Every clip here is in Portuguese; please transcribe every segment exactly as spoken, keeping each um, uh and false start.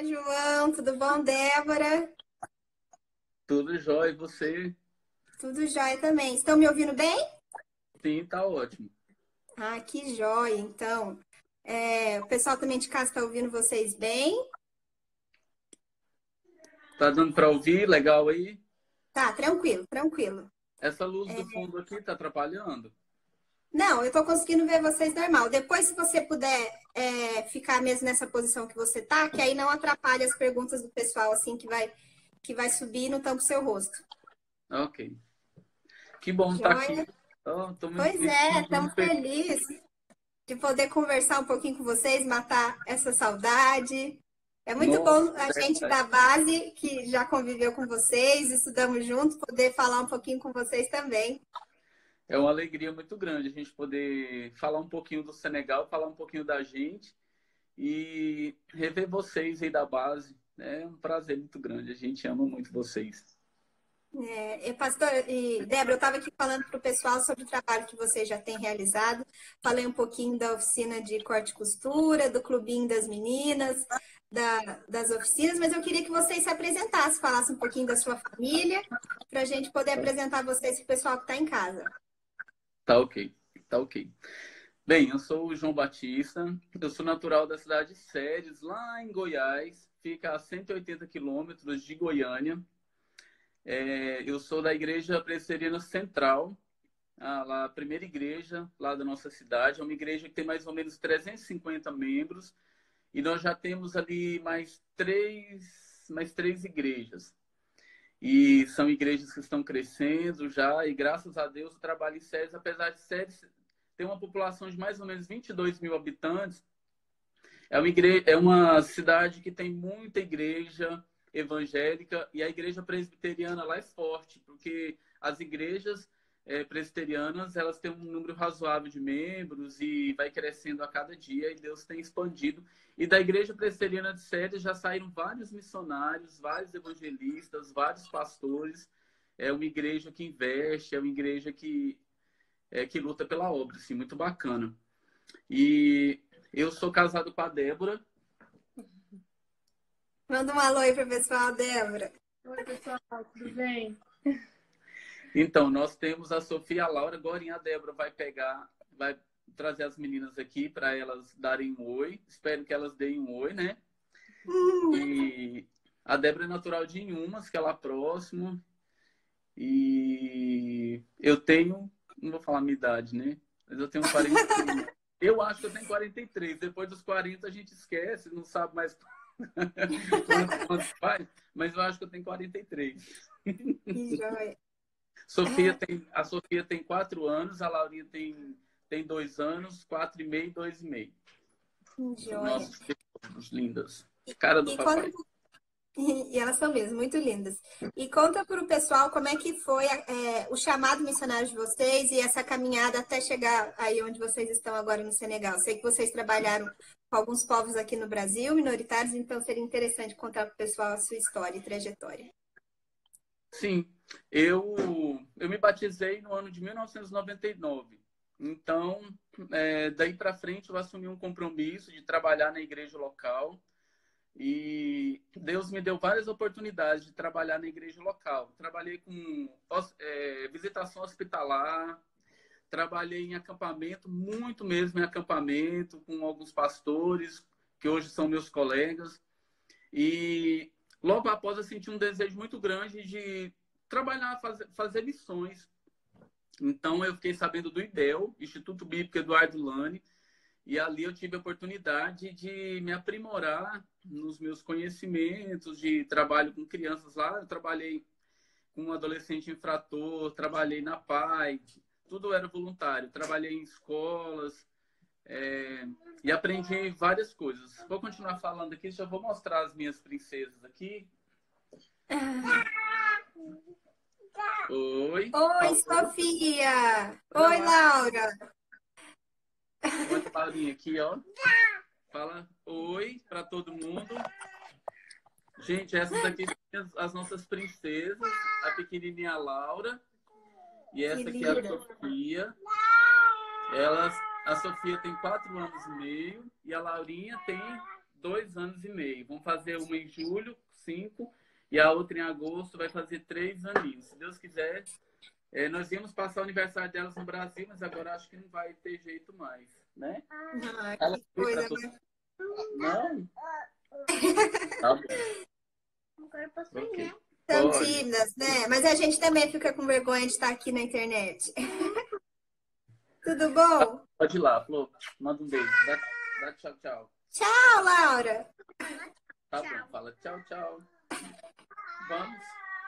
Olá, João, tudo bom, Débora? Tudo jóia, e você? Tudo jóia também. Estão me ouvindo bem? Sim, tá ótimo. Ah, que jóia, então. É, o pessoal também de casa está ouvindo vocês bem? Tá dando para ouvir? Legal aí? Tá, tranquilo, tranquilo. Essa luz do fundo aqui tá atrapalhando? Não, eu estou conseguindo ver vocês normal. Depois, se você puder é, ficar mesmo nessa posição que você tá, que aí não atrapalha as perguntas do pessoal, assim, que vai, que vai subir no tampo do seu rosto. Ok. Que bom estar Joia? aqui. Oh, tô me, Pois me é, sentindo estamos muito feliz. felizes de poder conversar um pouquinho com vocês, matar essa saudade. É muito Nossa, bom a é gente verdade. da base, que já conviveu com vocês, estudamos juntos, poder falar um pouquinho com vocês também. É uma alegria muito grande a gente poder falar um pouquinho do Senegal, falar um pouquinho da gente e rever vocês aí da base. É um prazer muito grande. A gente ama muito vocês. É, e, pastor, e Débora, eu estava aqui falando para o pessoal sobre o trabalho que você já tem realizado. Falei um pouquinho da oficina de corte e costura, do clubinho das meninas, da- das oficinas, mas eu queria que vocês se apresentassem, falassem um pouquinho da sua família, para a gente poder apresentar vocês para o pessoal que está em casa. Tá ok, tá ok. Bem, eu sou o João Batista, eu sou natural da cidade de Séries, lá em Goiás, fica a cento e oitenta quilômetros de Goiânia. É, eu sou da Igreja Presbiteriana Central, a, lá, a primeira igreja lá da nossa cidade. É uma igreja que tem mais ou menos trezentos e cinquenta membros e nós já temos ali mais três, mais três igrejas. E são igrejas que estão crescendo já, e graças a Deus o trabalho em Séries, apesar de Séries ter uma população de mais ou menos vinte e dois mil habitantes, é uma, igreja, é uma cidade que tem muita igreja evangélica e a igreja presbiteriana lá é forte, porque as igrejas é, presbiterianas elas têm um número razoável de membros e vai crescendo a cada dia e Deus tem expandido. E da igreja presbiteriana de Séries já saíram vários missionários, vários evangelistas, vários pastores. É uma igreja que investe, é uma igreja que, é, que luta pela obra, assim, muito bacana. E eu sou casado com a Débora. Manda um alô aí para o pessoal, Débora. Oi, pessoal, tudo bem? Então, nós temos a Sofia e a Laura. Agora a Débora vai pegar, vai trazer as meninas aqui para elas darem um oi. Espero que elas deem um oi, né? E a Débora é natural de Inhumas, que é lá próximo. E eu tenho, não vou falar a minha idade, né? Mas eu tenho quarenta. Eu acho que eu tenho quarenta e três. Depois dos quarenta a gente esquece, não sabe mais quanto, quanto faz. Mas eu acho que eu tenho quarenta e três. Que joia. Sofia tem, a Sofia tem quatro anos, a Laurinha tem, tem dois anos, quatro e meio, dois e meio. Que São joia. nossos filhos lindas. Cara do E conta, papai. e elas são mesmo muito lindas. E conta para o pessoal como é que foi é, o chamado missionário de vocês e essa caminhada até chegar aí onde vocês estão agora no Senegal. Sei que vocês trabalharam com alguns povos aqui no Brasil, minoritários, então seria interessante contar para o pessoal a sua história e trajetória. Sim, eu, eu me batizei no ano de mil novecentos e noventa e nove. Então, é, daí para frente, eu assumi um compromisso de trabalhar na igreja local. E Deus me deu várias oportunidades de trabalhar na igreja local. Trabalhei com é, visitação hospitalar, trabalhei em acampamento, muito mesmo em acampamento, com alguns pastores, que hoje são meus colegas. E logo após eu senti um desejo muito grande de trabalhar, fazer, fazer missões. Então eu fiquei sabendo do I D E L, Instituto Bíblico Eduardo Lane, e ali eu tive a oportunidade de me aprimorar nos meus conhecimentos de trabalho com crianças lá. Eu trabalhei com um adolescente infrator, trabalhei na P A I, tudo era voluntário. Trabalhei em escolas é, e aprendi várias coisas. Vou continuar falando aqui, já vou mostrar as minhas princesas aqui. Oi. Oi, Falou. Sofia! Olha Oi, lá. Laura! Olha a Paulinha aqui, ó. Fala oi para todo mundo. Gente, essas aqui são as nossas princesas. A pequenininha Laura. E Que essa aqui é a linda! Sofia. Elas, a Sofia tem quatro anos e meio. E a Laurinha tem dois anos e meio. Vamos fazer uma em julho, cinco, e a outra em agosto vai fazer três aninhos. Se Deus quiser, é, nós íamos passar o aniversário delas no Brasil, mas agora acho que não vai ter jeito mais, né? Ah, Ela que coisa, to... né? Não? Tá bom. Okay. São Pode. tímidas, né? Mas a gente também fica com vergonha de estar aqui na internet. Tudo bom? Pode ir lá, Flor. Manda um beijo. Dá, dá tchau, tchau. Tchau, Laura. Tá bom, fala tchau, tchau. Vamos.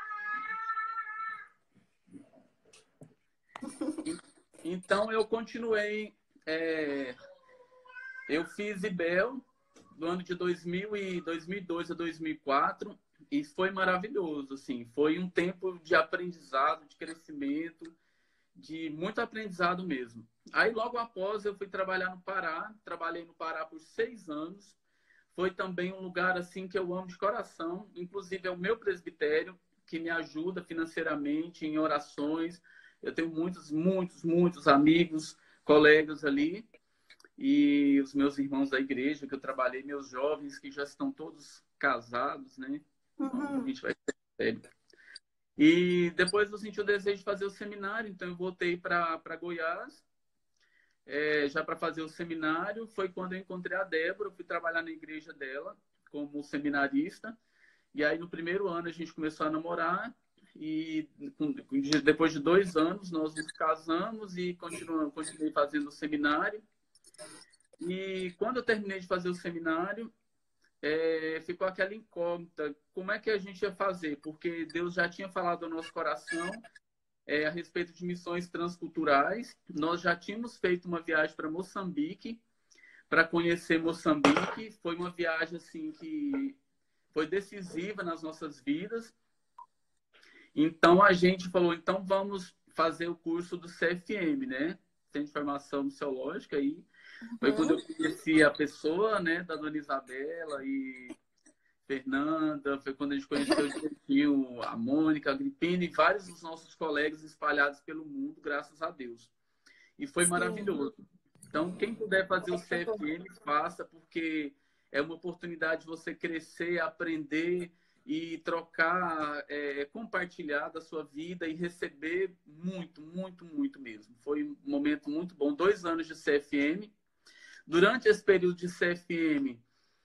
Então, eu continuei. É, eu fiz I B E L do ano de dois mil e dois a dois mil e quatro e foi maravilhoso. Assim, foi um tempo de aprendizado, de crescimento, de muito aprendizado mesmo. Aí, logo após, eu fui trabalhar no Pará. Trabalhei no Pará por seis anos. Foi também um lugar assim que eu amo de coração. Inclusive, é o meu presbitério que me ajuda financeiramente em orações. Eu tenho muitos, muitos, muitos amigos, colegas ali. E os meus irmãos da igreja que eu trabalhei, meus jovens que já estão todos casados, né? Então, a gente vai ser sério. E depois eu senti o desejo de fazer o seminário, então eu voltei para Goiás, é, já para fazer o seminário. Foi quando eu encontrei a Débora, eu fui trabalhar na igreja dela como seminarista. E aí, no primeiro ano, a gente começou a namorar. E depois de dois anos, nós nos casamos e continuamos, continuei fazendo o seminário. E quando eu terminei de fazer o seminário, é, ficou aquela incógnita, como é que a gente ia fazer? Porque Deus já tinha falado ao nosso coração é, a respeito de missões transculturais. Nós já tínhamos feito uma viagem para Moçambique, para conhecer Moçambique. Foi uma viagem assim que foi decisiva nas nossas vidas. Então a gente falou, então vamos fazer o curso do C F M, né? Centro de Formação Missiológica. Aí foi quando eu conheci a pessoa, né, da Dona Isabela e Fernanda. Foi quando a gente conheceu o Jefinho, a Mônica, a Agripina e vários dos nossos colegas espalhados pelo mundo, graças a Deus. E foi Sim. maravilhoso. Então, quem puder fazer o C F M, faça, porque é uma oportunidade de você crescer, aprender e trocar, é, compartilhar da sua vida e receber muito, muito, muito mesmo. Foi um momento muito bom. Dois anos de C F M. Durante esse período de C F M,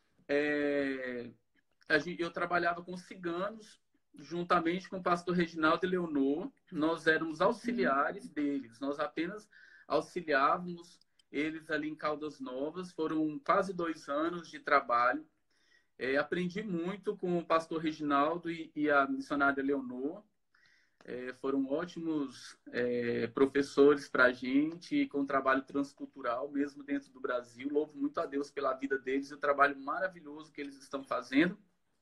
é, eu trabalhava com ciganos, juntamente com o pastor Reginaldo e Leonor. Nós éramos auxiliares deles. Nós apenas auxiliávamos eles ali em Caldas Novas. Foram quase dois anos de trabalho. É, aprendi muito com o pastor Reginaldo e, e a missionária Leonor. É, foram ótimos é, professores para a gente, com um trabalho transcultural, mesmo dentro do Brasil. Louvo muito a Deus pela vida deles e o trabalho maravilhoso que eles estão fazendo.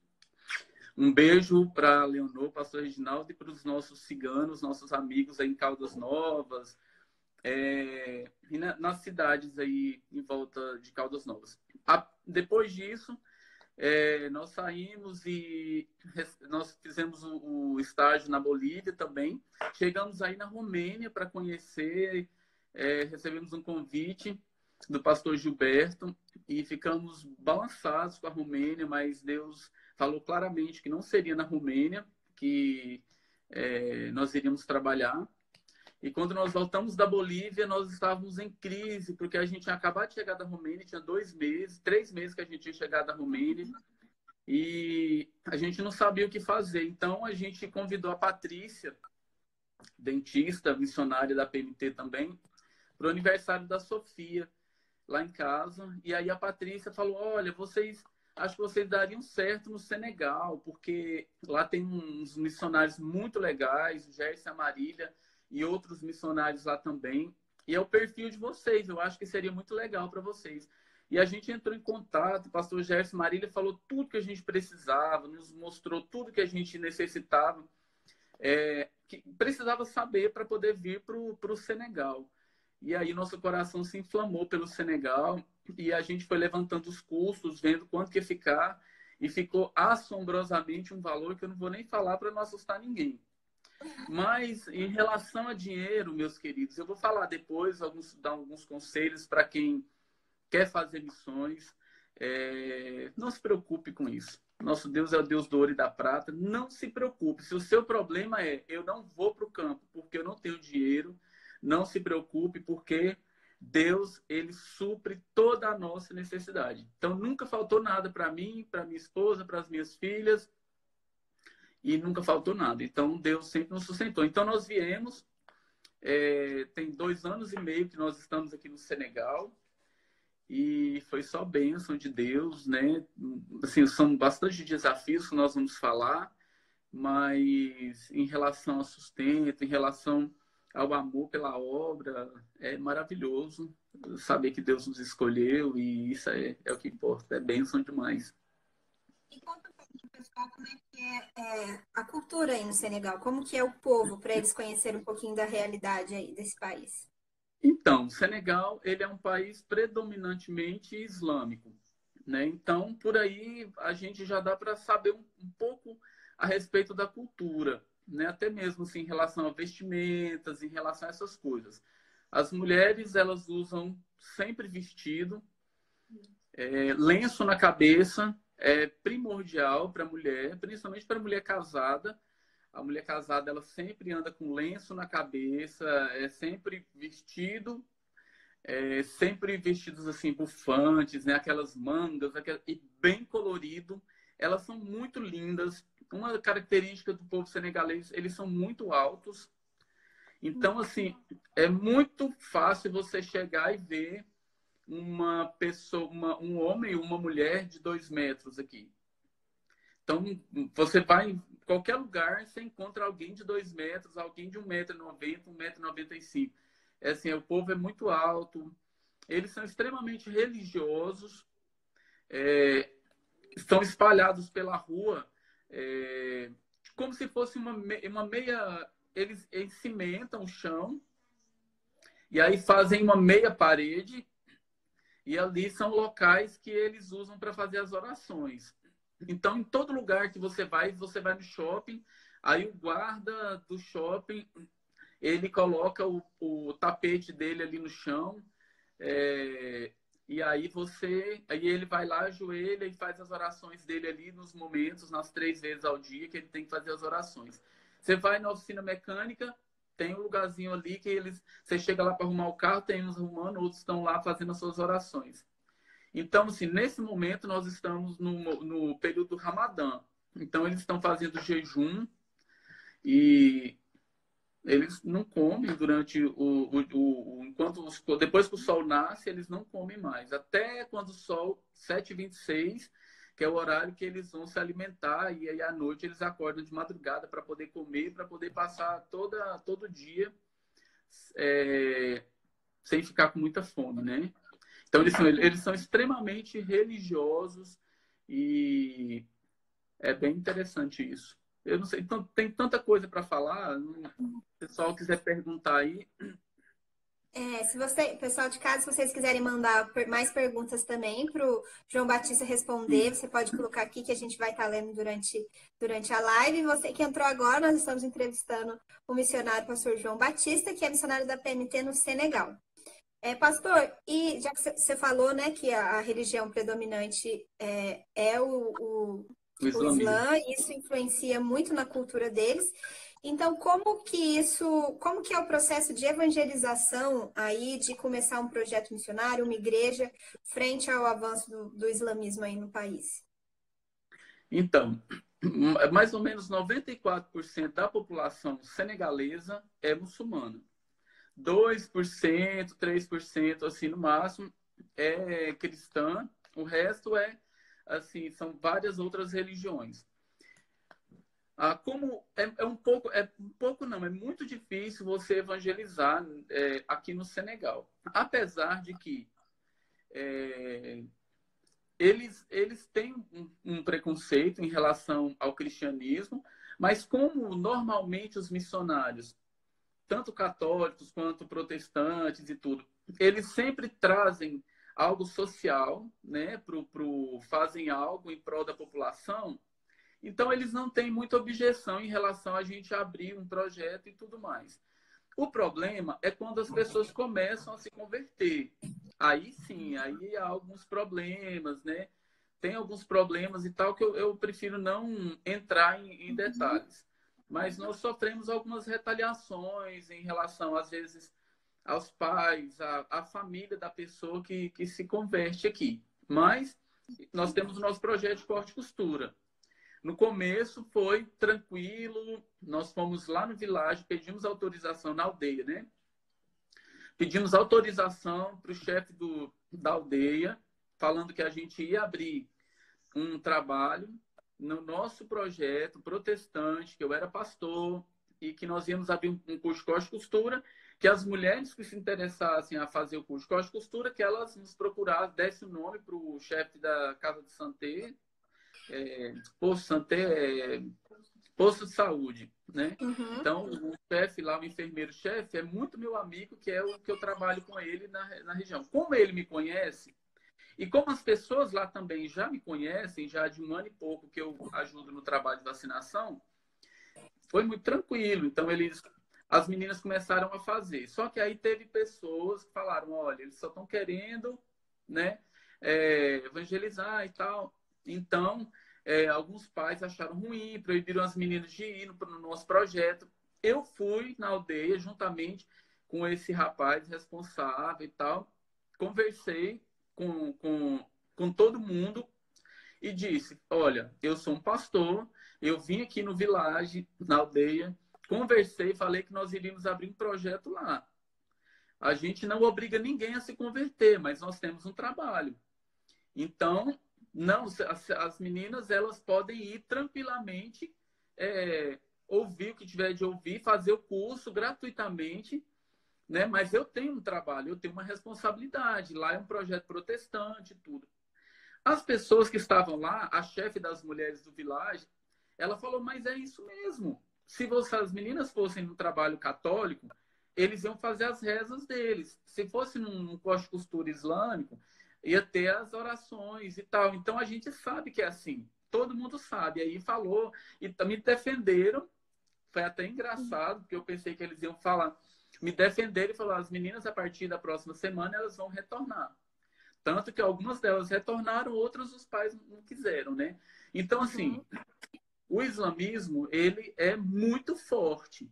Um beijo para a Leonor, pastor Reginaldo, e para os nossos ciganos, nossos amigos aí em Caldas Novas, é, e na, nas cidades aí em volta de Caldas Novas. A, depois disso, É, nós saímos e nós fizemos o, o estágio na Bolívia também. Chegamos aí na Romênia para conhecer, é, recebemos um convite do pastor Gilberto e ficamos balançados com a Romênia, mas Deus falou claramente que não seria na Romênia que é, nós iríamos trabalhar. E quando nós voltamos da Bolívia, nós estávamos em crise, porque a gente tinha acabado de chegar da Romênia, tinha dois meses, três meses que a gente tinha chegado da Romênia, e a gente não sabia o que fazer. Então, a gente convidou a Patrícia, dentista, missionária da P M T também, para o aniversário da Sofia, lá em casa. E aí a Patrícia falou, olha, vocês, acho que vocês dariam certo no Senegal, porque lá tem uns missionários muito legais, o Gerson e a Marília, e outros missionários lá também. E é o perfil de vocês. Eu acho que seria muito legal para vocês. E a gente entrou em contato. O pastor Gerson Marília falou tudo que a gente precisava, nos mostrou tudo que a gente necessitava, é, que precisava saber para poder vir para o Senegal. E aí nosso coração se inflamou pelo Senegal. E a gente foi levantando os custos, vendo quanto que ia ficar. E ficou assombrosamente um valor que eu não vou nem falar para não assustar ninguém. Mas, em relação a dinheiro, meus queridos, eu vou falar depois, alguns, dar alguns conselhos para quem quer fazer missões. É, não se preocupe com isso. Nosso Deus é o Deus do ouro e da prata. Não se preocupe. Se o seu problema é eu não vou para o campo porque eu não tenho dinheiro, não se preocupe, porque Deus, ele supre toda a nossa necessidade. Então, nunca faltou nada para mim, para minha esposa, para as minhas filhas, e nunca faltou nada. Então, Deus sempre nos sustentou. Então, nós viemos, é, tem dois anos e meio que nós estamos aqui no Senegal, e foi só bênção de Deus, né? Assim, são bastante desafios que nós vamos falar, mas em relação ao sustento, em relação ao amor pela obra, é maravilhoso saber que Deus nos escolheu, e isso é, é o que importa, é bênção demais. E conta um pouquinho, pessoal, como é que é, é a cultura aí no Senegal, como que é o povo, para eles conhecerem um pouquinho da realidade aí desse país. Então, o Senegal, ele é um país predominantemente islâmico, né? Então, por aí a gente já dá para saber um, um pouco a respeito da cultura, né? Até mesmo assim, em relação a vestimentas, em relação a essas coisas. As mulheres, elas usam sempre vestido, é, lenço na cabeça é primordial para a mulher, principalmente para a mulher casada. A mulher casada, ela sempre anda com lenço na cabeça, é sempre vestido, é sempre vestidos assim, bufantes, né? Aquelas mangas, aquelas, e bem colorido. Elas são muito lindas. Uma característica do povo senegalês, eles são muito altos. Então, assim, é muito fácil você chegar e ver uma pessoa, uma, um homem e uma mulher de dois metros aqui. Então, você vai em qualquer lugar, você encontra alguém de dois metros, alguém de um metro e noventa, um metro e noventa e cinco. É assim, o povo é muito alto, eles são extremamente religiosos, é, estão espalhados pela rua, é, como se fosse uma, uma meia... Eles, eles cimentam o chão, e aí fazem uma meia parede, e ali são locais que eles usam para fazer as orações. Então, em todo lugar que você vai, você vai no shopping, aí o guarda do shopping, ele coloca o, o tapete dele ali no chão, é, e aí você, aí ele vai lá, ajoelha e faz as orações dele ali nos momentos, nas três vezes ao dia que ele tem que fazer as orações. Você vai na oficina mecânica, tem um lugarzinho ali que eles, você chega lá para arrumar o carro, tem uns arrumando, outros estão lá fazendo as suas orações. Então, assim, nesse momento, nós estamos no, no período do Ramadã. Então, eles estão fazendo jejum e eles não comem durante o... o, o, o enquanto os, depois que o sol nasce, eles não comem mais. Até quando o sol, sete e vinte e seis, que é o horário que eles vão se alimentar, e aí à noite eles acordam de madrugada para poder comer, para poder passar toda, todo dia é, sem ficar com muita fome, né? Então, eles são, eles são extremamente religiosos e é bem interessante isso. Eu não sei, então, tem tanta coisa para falar. Se o pessoal quiser perguntar aí. É, se você, pessoal de casa, se vocês quiserem mandar mais perguntas também para o João Batista responder, você pode colocar aqui que a gente vai estar lendo durante, durante a live. E você que entrou agora, nós estamos entrevistando o missionário pastor João Batista, que é missionário da P M T no Senegal. É, pastor, e já que você falou, né, que a, a religião predominante é, é o, o, O o islamismo. Islã, isso influencia muito na cultura deles. Então, como que isso, como que é o processo de evangelização aí, de começar um projeto missionário, uma igreja, frente ao avanço do, do islamismo aí no país? Então, mais ou menos noventa e quatro por cento da população senegalesa é muçulmana. dois por cento, três por cento, assim, no máximo, é cristã. O resto é, assim, são várias outras religiões. Ah, como é, é um pouco, é um pouco não, é muito difícil você evangelizar é, aqui no Senegal. Apesar de que é, eles, eles têm um, um preconceito em relação ao cristianismo, mas como normalmente os missionários, tanto católicos quanto protestantes e tudo, eles sempre trazem algo social, né, pro, pro, fazem algo em prol da população. Então, eles não têm muita objeção em relação a gente abrir um projeto e tudo mais. O problema é quando as pessoas começam a se converter. aí sim, aí há alguns problemas, né? Tem alguns problemas e tal que eu, eu prefiro não entrar em, em detalhes. Mas nós sofremos algumas retaliações em relação, às vezes, aos pais, à, à família da pessoa que, que se converte aqui. Mas nós temos o nosso projeto de corte e costura. No começo foi tranquilo, nós fomos lá no vilarejo, pedimos autorização na aldeia, né? Pedimos autorização para o chefe do, da aldeia, falando que a gente ia abrir um trabalho no nosso projeto protestante, que eu era pastor, e que nós íamos abrir um curso de corte e costura, que as mulheres que se interessassem a fazer o curso de corte e costura, que elas nos procurassem, dessem o nome para o chefe da Casa de Santé, é, Posto Santé, é, Posto de Saúde, né? Uhum. Então, o chefe lá, o enfermeiro-chefe, é muito meu amigo, que é o que eu trabalho com ele na, na região. Como ele me conhece, e como as pessoas lá também já me conhecem, já de um ano e pouco que eu ajudo no trabalho de vacinação, foi muito tranquilo. Então, eles, as meninas começaram a fazer. Só que aí teve pessoas que falaram, olha, eles só estão querendo, né, é, evangelizar e tal. Então, é, alguns pais acharam ruim, proibiram as meninas de ir no, no nosso projeto. Eu fui na aldeia, juntamente com esse rapaz responsável e tal, conversei com, com, com todo mundo e disse, olha, eu sou um pastor, eu vim aqui no vilage, na aldeia, conversei, falei que nós iríamos abrir um projeto lá. A gente não obriga ninguém a se converter, mas nós temos um trabalho. Então, não, as, as meninas, elas podem ir tranquilamente, é, ouvir o que tiver de ouvir, fazer o curso gratuitamente, né? Mas eu tenho um trabalho, eu tenho uma responsabilidade. Lá é um projeto protestante e tudo. As pessoas que estavam lá, a chefe das mulheres do vilarejo, ela falou, mas é isso mesmo. Se você, as meninas fossem no trabalho católico, eles iam fazer as rezas deles. Se fosse num, num corte de costura islâmico, ia ter as orações e tal. Então, a gente sabe que é assim. Todo mundo sabe. Aí falou, e me defenderam. Foi até engraçado, porque eu pensei que eles iam falar. Me defenderam e falaram, as meninas, a partir da próxima semana, elas vão retornar. Tanto que algumas delas retornaram, outras os pais não quiseram, né? Então, assim, uhum. O islamismo, ele é muito forte.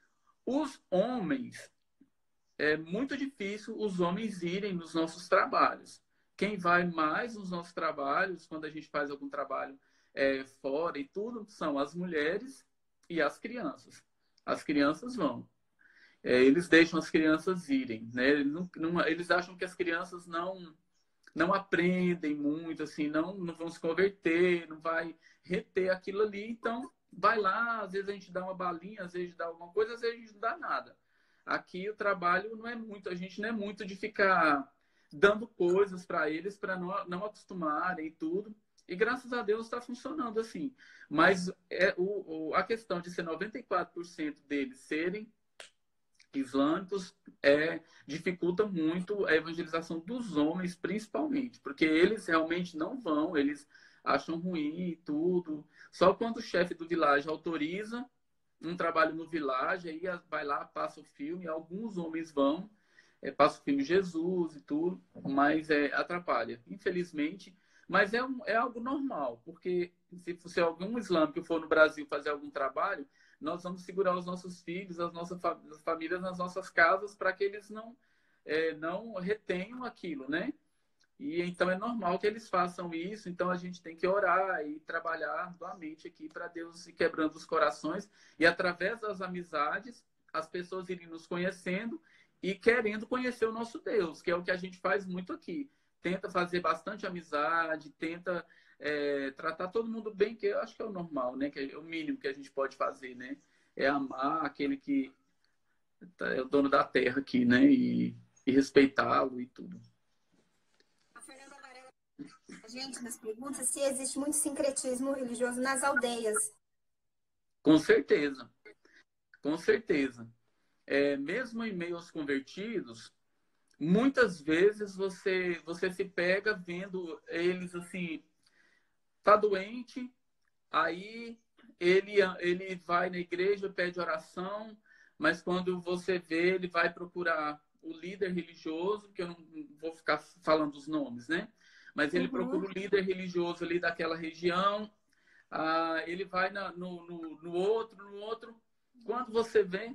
Os homens, é muito difícil os homens irem nos nossos trabalhos. Quem vai mais nos nossos trabalhos, quando a gente faz algum trabalho é, fora e tudo, são as mulheres e as crianças. As crianças vão. É, eles deixam as crianças irem, né? Eles, não, não, eles acham que as crianças não... não aprendem muito, assim, não, não vão se converter, não vai reter aquilo ali. Então, vai lá, às vezes a gente dá uma balinha, às vezes dá alguma coisa, às vezes a gente não dá nada. Aqui o trabalho não é muito, a gente não é muito de ficar dando coisas para eles, para não, não acostumarem e tudo. E graças a Deus está funcionando assim. Mas é, o, o, a questão de ser noventa e quatro por cento deles serem islâmicos é, dificulta muito a evangelização dos homens, principalmente, porque eles realmente não vão, eles acham ruim e tudo. Só quando o chefe do vilarejo autoriza um trabalho no vilarejo, aí vai lá, passa o filme, alguns homens vão, é, passa o filme Jesus e tudo, mas é, atrapalha, infelizmente. Mas é, um, é algo normal, porque se, se algum islâmico for no Brasil fazer algum trabalho, nós vamos segurar os nossos filhos, as nossas famílias nas nossas casas para que eles não, é, não retenham aquilo, né? E então é normal que eles façam isso, então a gente tem que orar e trabalhar arduamente aqui para Deus ir quebrando os corações e através das amizades as pessoas irem nos conhecendo e querendo conhecer o nosso Deus, que é o que a gente faz muito aqui. Tenta fazer bastante amizade, tenta é, tratar todo mundo bem, que eu acho que é o normal, né? Que é o mínimo que a gente pode fazer, né? É amar aquele que é o dono da terra aqui, né? E, e respeitá-lo e tudo. A Fernanda Varela, a gente nas perguntas se existe muito sincretismo religioso nas aldeias. Com certeza, com certeza. É, mesmo em meio aos convertidos, muitas vezes você, você se pega vendo eles assim, tá doente, aí ele, ele vai na igreja, pede oração, mas quando você vê, ele vai procurar o líder religioso, que eu não vou ficar falando os nomes, né? Mas ele uhum. procura o líder religioso ali daquela região, ah, ele vai na, no, no, no outro, no outro. Quando você vê,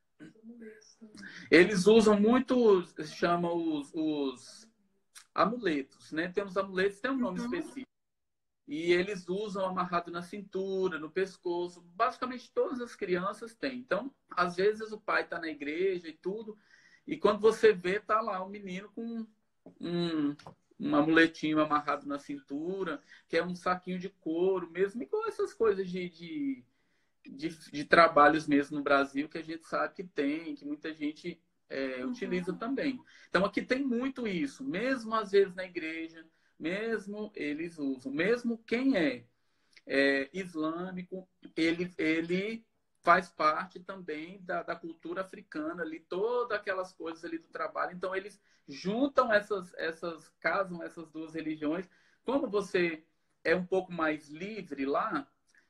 eles usam muito, chama os, os amuletos, né? Tem os amuletos, tem um nome uhum. específico. E eles usam amarrado na cintura, no pescoço. Basicamente, todas as crianças têm. Então, às vezes, o pai está na igreja e tudo. E quando você vê, tá lá o menino com um, um amuletinho amarrado na cintura, que é um saquinho de couro mesmo. E com essas coisas de, de, de, de trabalhos mesmo no Brasil, que a gente sabe que tem, que muita gente é, uhum. utiliza também. Então, aqui tem muito isso. Mesmo, às vezes, na igreja... Mesmo eles usam, mesmo quem é, é islâmico, ele, ele faz parte também da, da cultura africana, ali, todas aquelas coisas ali do trabalho. Então, eles juntam essas, essas, casam essas duas religiões. Como você é um pouco mais livre lá,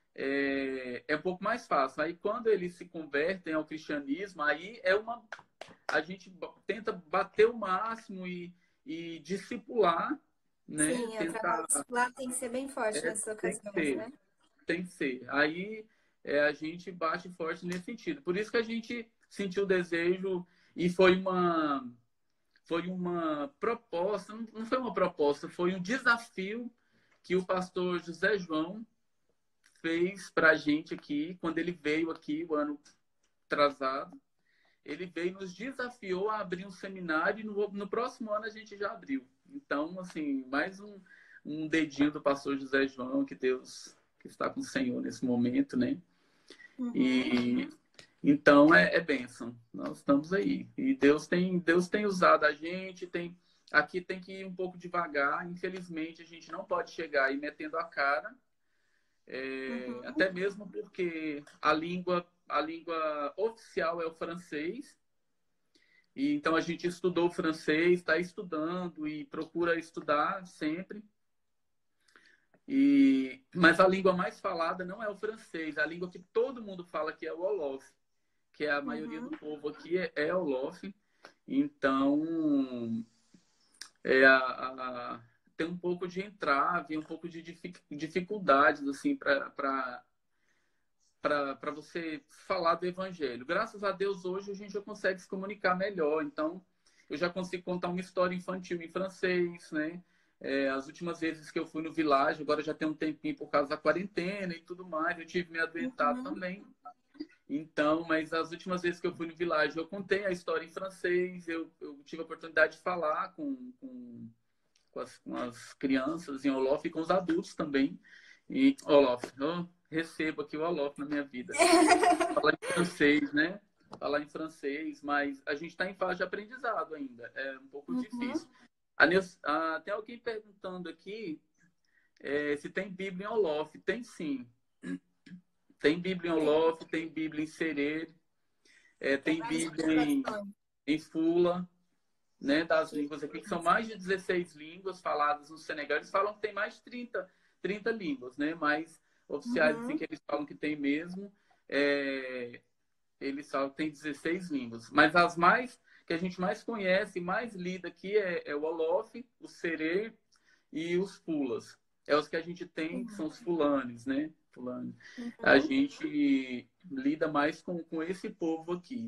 é, é um pouco mais fácil. Aí, quando eles se convertem ao cristianismo, aí é uma... A gente tenta bater o máximo e, e discipular. Né? Sim, tentar... o trabalho discipular tem que ser bem forte é, nessas ocasiões, né? Tem que ser. Aí é, a gente bate forte nesse sentido. Por isso que a gente sentiu o desejo e foi uma, foi uma proposta, não foi uma proposta, foi um desafio que o pastor José João fez para a gente aqui, quando ele veio aqui o ano atrasado. Ele veio e nos desafiou a abrir um seminário e no, no próximo ano a gente já abriu. Então, assim, mais um, um dedinho do pastor José João, que Deus que está com o Senhor nesse momento, né? Uhum. E então é, é bênção. Nós estamos aí. E Deus tem, Deus tem usado a gente, tem, aqui tem que ir um pouco devagar. Infelizmente, a gente não pode chegar aí metendo a cara. É, uhum. Até mesmo porque a língua, a língua oficial é o francês. E, então, a gente estudou francês, está estudando e procura estudar sempre. E, mas a língua mais falada não é o francês. A língua que todo mundo fala que é o Wolof, que é a maioria uhum. do povo aqui é, é Wolof. Então, é a, a, tem um pouco de entrave, um pouco de dificuldades assim, para para você falar do evangelho. Graças a Deus, hoje a gente já consegue se comunicar melhor. Então, eu já consigo contar uma história infantil em francês, né? É, as últimas vezes que eu fui no Village, agora já tem um tempinho por causa da quarentena e tudo mais, eu tive me adoentado uhum. também. Então, mas as últimas vezes que eu fui no Village, eu contei a história em francês, eu, eu tive a oportunidade de falar com, com, com, as, com as crianças em Wolof e com os adultos também. E Wolof, eu recebo aqui o Wolof na minha vida. Falar em francês, né? Falar em francês, mas a gente está em fase de aprendizado ainda. É um pouco uhum. difícil. A Neus, ah, tem alguém perguntando aqui é, se tem Bíblia em Wolof. Tem sim. Tem Bíblia em Wolof, tem Bíblia em Serere, é, tem, tem Bíblia em, em Fula, né? Das línguas aqui, que são mais de dezesseis línguas faladas no Senegal. Eles falam que tem mais de trinta, trinta línguas, né? Mas oficiais uhum. assim, que eles falam que tem mesmo, é, eles falam que tem dezesseis línguas. Mas as mais que a gente mais conhece, mais lida aqui é, é o Wolof, o Serere e os Fulas. É os que a gente tem, que são os fulanes, né? Fulano. Uhum. A gente lida mais com, com esse povo aqui.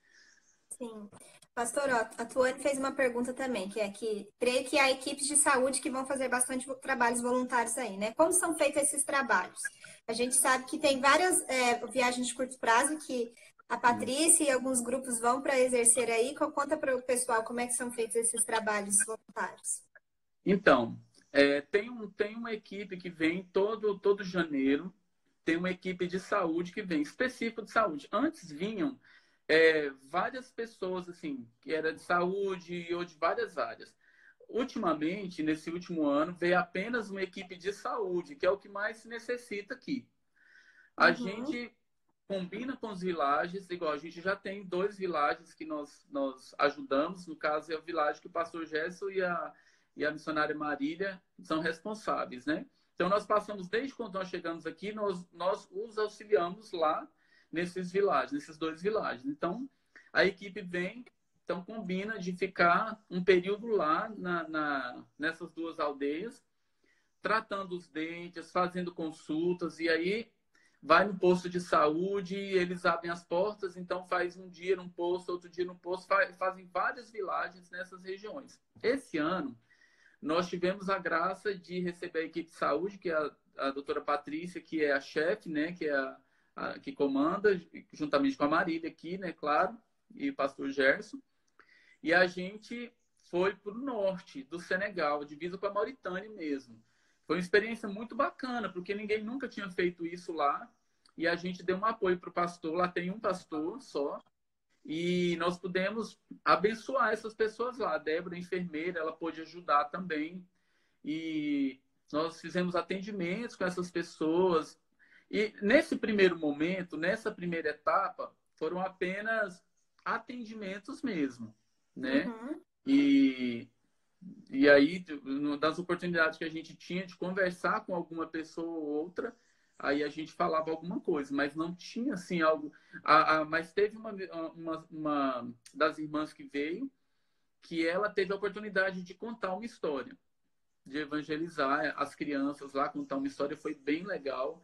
Sim. Pastor, ó, a Tuane fez uma pergunta também, que é que creio que há equipes de saúde que vão fazer bastante trabalhos voluntários aí, né? Como são feitos esses trabalhos? A gente sabe que tem várias é, viagens de curto prazo que a Patrícia e alguns grupos vão para exercer aí. Conta para o pessoal como é que são feitos esses trabalhos voluntários. Então, é, tem, um, tem uma equipe que vem todo, todo janeiro, tem uma equipe de saúde que vem, específico de saúde. Antes vinham é, várias pessoas, assim, que era de saúde ou de várias áreas. Ultimamente, nesse último ano, veio apenas uma equipe de saúde, que é o que mais se necessita aqui. A uhum. gente combina com os villages, igual a gente já tem dois villages que nós, nós ajudamos, no caso é o village que o pastor Gerson e a, e a missionária Marília são responsáveis, né? Então, nós passamos, desde quando nós chegamos aqui, nós, nós os auxiliamos lá nesses villages, nesses dois villages. Então, a equipe vem, então combina de ficar um período lá na, na, nessas duas aldeias, tratando os dentes, fazendo consultas, e aí vai no posto de saúde, eles abrem as portas, então faz um dia num posto, outro dia no posto, faz, fazem várias vilagens nessas regiões. Esse ano, nós tivemos a graça de receber a equipe de saúde, que é a, a doutora Patrícia, que é a chefe, né, que é a, a que comanda, juntamente com a Marília aqui, né, claro, e o pastor Gerson. E a gente foi para o norte do Senegal, divisa com a Mauritânia mesmo. Foi uma experiência muito bacana, porque ninguém nunca tinha feito isso lá. E a gente deu um apoio para o pastor. Lá tem um pastor só. E nós pudemos abençoar essas pessoas lá. A Débora, enfermeira, ela pôde ajudar também. E nós fizemos atendimentos com essas pessoas. E nesse primeiro momento, nessa primeira etapa, foram apenas atendimentos mesmo, né? Uhum. E, e aí, das oportunidades que a gente tinha de conversar com alguma pessoa ou outra, aí a gente falava alguma coisa, mas não tinha assim algo. A, a, mas teve uma, uma, uma das irmãs que veio, que ela teve a oportunidade de contar uma história, de evangelizar as crianças lá, contar uma história, foi bem legal.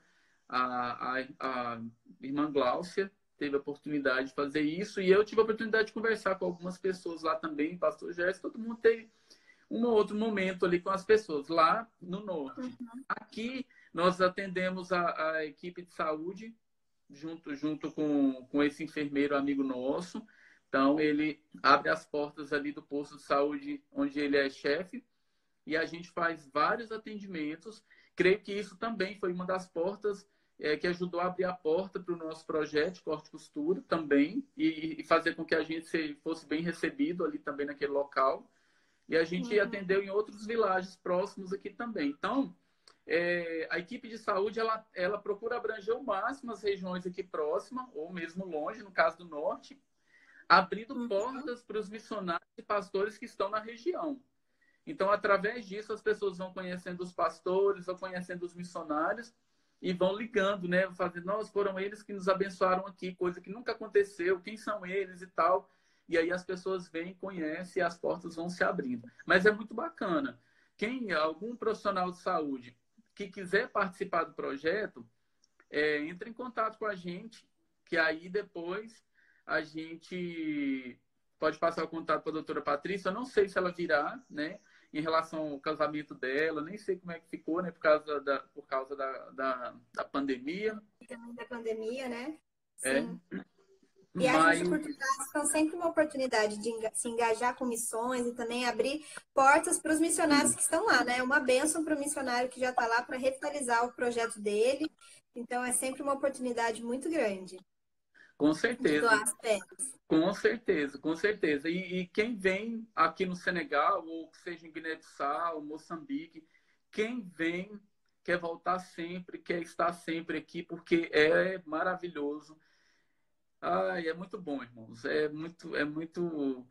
A, a, a irmã Gláucia teve a oportunidade de fazer isso, e eu tive a oportunidade de conversar com algumas pessoas lá também, pastor Gerson, todo mundo teve um ou outro momento ali com as pessoas, lá no norte. Uhum. Aqui, nós atendemos a, a equipe de saúde, junto, junto com, com esse enfermeiro amigo nosso. Então, ele abre as portas ali do posto de saúde, onde ele é chefe, e a gente faz vários atendimentos. Creio que isso também foi uma das portas é, que ajudou a abrir a porta para o nosso projeto de corte e costura também, e, e fazer com que a gente fosse bem recebido ali também naquele local. E a gente uhum. atendeu em outros vilagens próximos aqui também. Então, é, a equipe de saúde, ela, ela procura abranger ao máximo as regiões aqui próximas, ou mesmo longe, no caso do norte, abrindo uhum. portas para os missionários e pastores que estão na região. Então, através disso, as pessoas vão conhecendo os pastores, vão conhecendo os missionários e vão ligando, né? Fazendo, nós foram eles que nos abençoaram aqui, coisa que nunca aconteceu, quem são eles e tal. E aí as pessoas vêm, conhecem e as portas vão se abrindo. Mas é muito bacana. Quem, algum profissional de saúde que quiser participar do projeto, é, entre em contato com a gente, que aí depois a gente pode passar o contato para a doutora Patrícia. Eu não sei se ela virá, né? Em relação ao casamento dela, nem sei como é que ficou, né? Por causa da, por causa da, da, da pandemia. Também da pandemia, né? Sim. É. E Mas... a gente, por trás, então, sempre uma oportunidade de se engajar com missões e também abrir portas para os missionários que estão lá, né? Uma bênção para o missionário que já está lá para revitalizar o projeto dele. Então, é sempre uma oportunidade muito grande. Com certeza. De doar as terras. Com certeza, com certeza. E, e quem vem aqui no Senegal, ou que seja em Guiné-Bissau, Moçambique, quem vem quer voltar sempre, quer estar sempre aqui, porque é maravilhoso. Ai, é muito bom, irmãos. É muito, é muito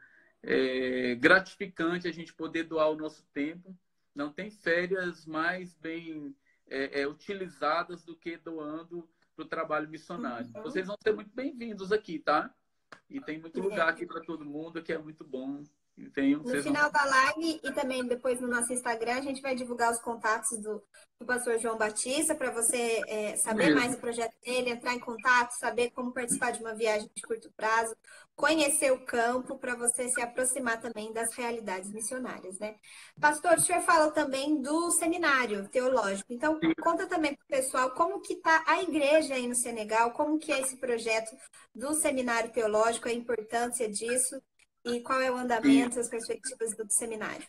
é, gratificante a gente poder doar o nosso tempo. Não tem férias mais bem é, é, utilizadas do que doando para o trabalho missionário. Uhum. Vocês vão ser muito bem-vindos aqui, tá? E tem muito lugar aqui para todo mundo, que é muito bom. Venham, no final vão... da live e também depois no nosso Instagram, a gente vai divulgar os contatos do, do pastor João Batista para você é, saber Mesmo. mais do projeto dele, entrar em contato, saber como participar de uma viagem de curto prazo, conhecer o campo para você se aproximar também das realidades missionárias, né? Pastor, o senhor fala também do seminário teológico. Então, Sim. conta também para o pessoal como que está a igreja aí no Senegal, como que é esse projeto do seminário teológico, a importância disso. E qual é o andamento, as perspectivas do seminário?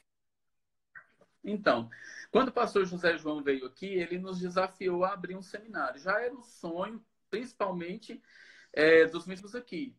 Então, quando o pastor José João veio aqui, ele nos desafiou a abrir um seminário. Já era um sonho, principalmente, é, dos missionários aqui.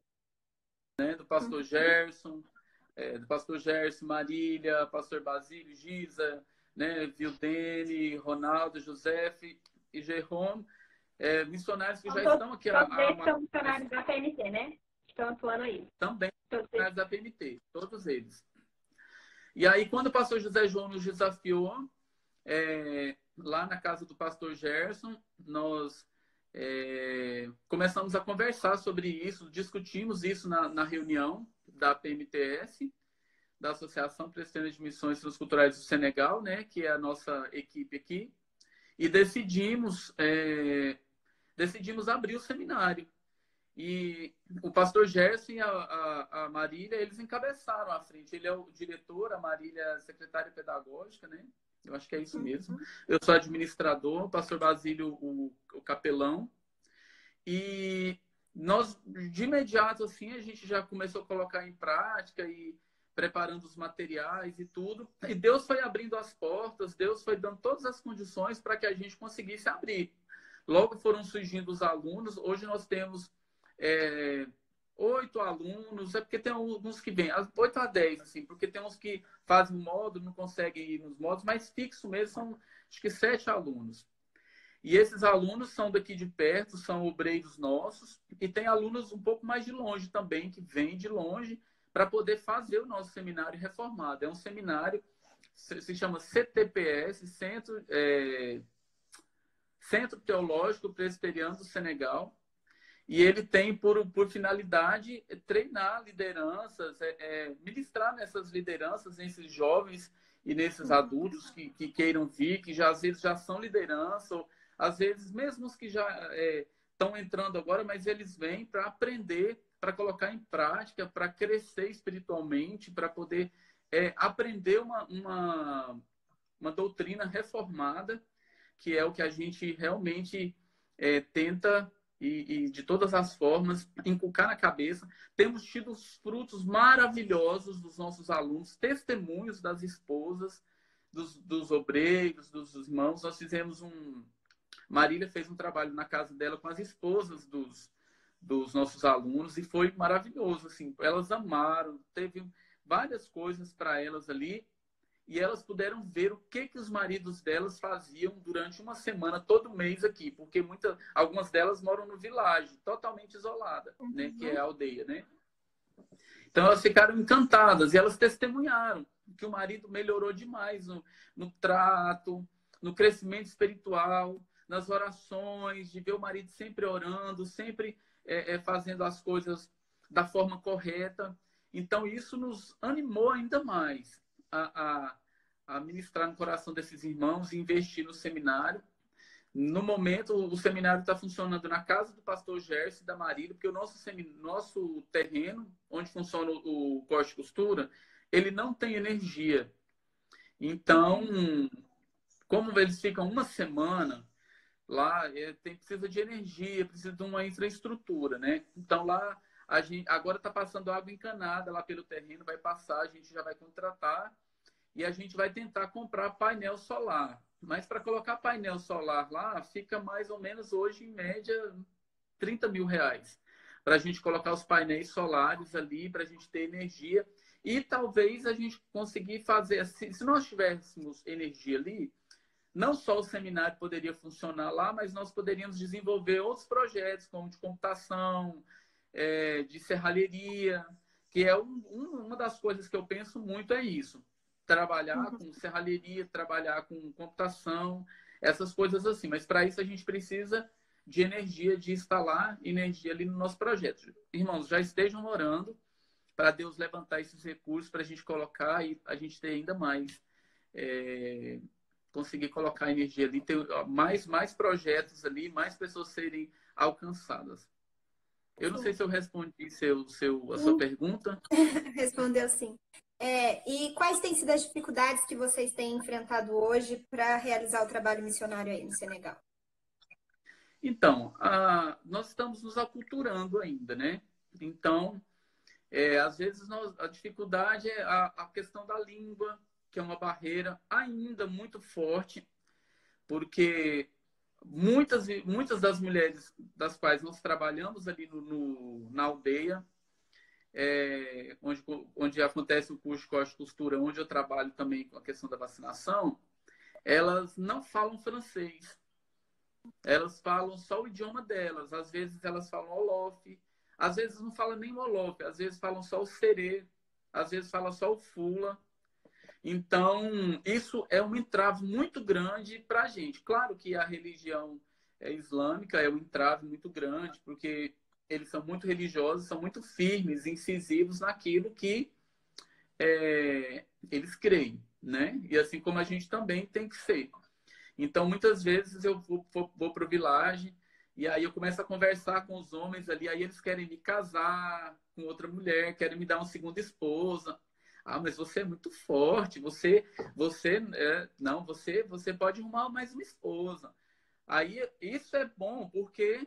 Né? Do pastor Gerson, é, do pastor Gerson, Marília, pastor Basílio, Giza, né? Vildene, Ronaldo, Josefe e Jerome, é, missionários que já todos, estão aqui. Todos há, eles uma... são missionários da P M T, né? Estão atuando aí. Também missionários da P M T, todos eles. E aí, quando o pastor José João nos desafiou, é, lá na casa do pastor Gerson, nós é, começamos a conversar sobre isso, discutimos isso na, na reunião da P M T S, da Associação Presbiteriana de Missões Transculturais do Senegal, né, que é a nossa equipe aqui, e decidimos, é, decidimos abrir o seminário. E o pastor Gerson e a, a, a Marília, eles encabeçaram à frente. Ele é o diretor, a Marília é a secretária pedagógica, né? Eu acho que é isso mesmo. Eu sou administrador, o pastor Basílio, o, o capelão. E nós, de imediato, assim, a gente já começou a colocar em prática e preparando os materiais e tudo. E Deus foi abrindo as portas, Deus foi dando todas as condições para que a gente conseguisse abrir. Logo foram surgindo os alunos. Hoje nós temos é, oito alunos, é porque tem alguns que vêm, oito a dez, assim, porque tem uns que fazem módulo, não conseguem ir nos módulos, mas fixo mesmo são, acho que, sete alunos. E esses alunos são daqui de perto, são obreiros nossos, e tem alunos um pouco mais de longe também, que vêm de longe, para poder fazer o nosso seminário reformado. É um seminário, se chama C T P S, Centro, é, Centro Teológico Presbiteriano do Senegal, e ele tem por, por finalidade treinar lideranças, é, é, ministrar nessas lideranças, nesses jovens e nesses adultos que, que queiram vir, que já às vezes já são liderança, ou às vezes mesmo os que já estão é, entrando agora, mas eles vêm para aprender, para colocar em prática, para crescer espiritualmente, para poder é, aprender uma, uma, uma doutrina reformada, que é o que a gente realmente é, tenta, e, e de todas as formas, inculcar na cabeça. Temos tido os frutos maravilhosos dos nossos alunos, testemunhos das esposas, dos, dos obreiros, dos irmãos. Nós fizemos um... Marília fez um trabalho na casa dela com as esposas dos, dos nossos alunos e foi maravilhoso. Assim, elas amaram, teve várias coisas para elas ali, e elas puderam ver o que, que os maridos delas faziam durante uma semana, todo mês aqui, porque muita, algumas delas moram no vilarejo, totalmente isolada, uhum. né, que é a aldeia, né? Então elas ficaram encantadas e elas testemunharam que o marido melhorou demais no, no trato, no crescimento espiritual, nas orações, de ver o marido sempre orando, sempre é, é, fazendo as coisas da forma correta. Então isso nos animou ainda mais A, a, a ministrar no coração desses irmãos e investir no seminário. No momento, o seminário está funcionando na casa do pastor Gerson e da Marília, porque o nosso, semi, nosso terreno, onde funciona o, o corte e costura, ele não tem energia. Então, como eles ficam uma semana lá, é, tem, precisa de energia, precisa de uma infraestrutura, né? Então, lá, a gente agora está passando água encanada lá pelo terreno, vai passar, a gente já vai contratar e a gente vai tentar comprar painel solar. Mas para colocar painel solar lá, fica mais ou menos hoje, em média, trinta mil reais. Para a gente colocar os painéis solares ali, para a gente ter energia. E talvez a gente conseguir fazer assim, se nós tivéssemos energia ali, não só o seminário poderia funcionar lá, mas nós poderíamos desenvolver outros projetos, como de computação, É, de serralheria, que é um, um, uma das coisas que eu penso muito é isso. Trabalhar uhum. com serralheria, trabalhar com computação, essas coisas assim. Mas para isso a gente precisa de energia, de instalar energia ali no nosso projeto. Irmãos, já estejam orando para Deus levantar esses recursos para a gente colocar e a gente ter ainda mais, é, conseguir colocar energia ali, ter mais, mais projetos ali, mais pessoas serem alcançadas. Eu não sei se eu respondi seu, seu, a sua pergunta. Respondeu sim. É, e quais têm sido as dificuldades que vocês têm enfrentado hoje para realizar o trabalho missionário aí no Senegal? Então, a, nós estamos nos aculturando ainda, né? Então, é, às vezes nós, a dificuldade é a, a questão da língua, que é uma barreira ainda muito forte, porque Muitas, muitas das mulheres das quais nós trabalhamos ali no, no, na aldeia, é, onde, onde acontece o curso de corte e costura, onde eu trabalho também com a questão da vacinação, elas não falam francês. Elas falam só o idioma delas. Às vezes elas falam Olof, às vezes não falam nem o Olof, às vezes falam só o Serê, às vezes falam só o Fula. Então, isso é um entrave muito grande para a gente. Claro que a religião é islâmica é um entrave muito grande, porque eles são muito religiosos, são muito firmes, incisivos naquilo que é, eles creem, né? E assim como a gente também tem que ser. Então, muitas vezes eu vou, vou, vou para o Village e aí eu começo a conversar com os homens ali, aí eles querem me casar com outra mulher, querem me dar uma segunda esposa. Ah, mas você é muito forte, você, você, é, não, você, você pode arrumar mais uma esposa. Aí isso é bom porque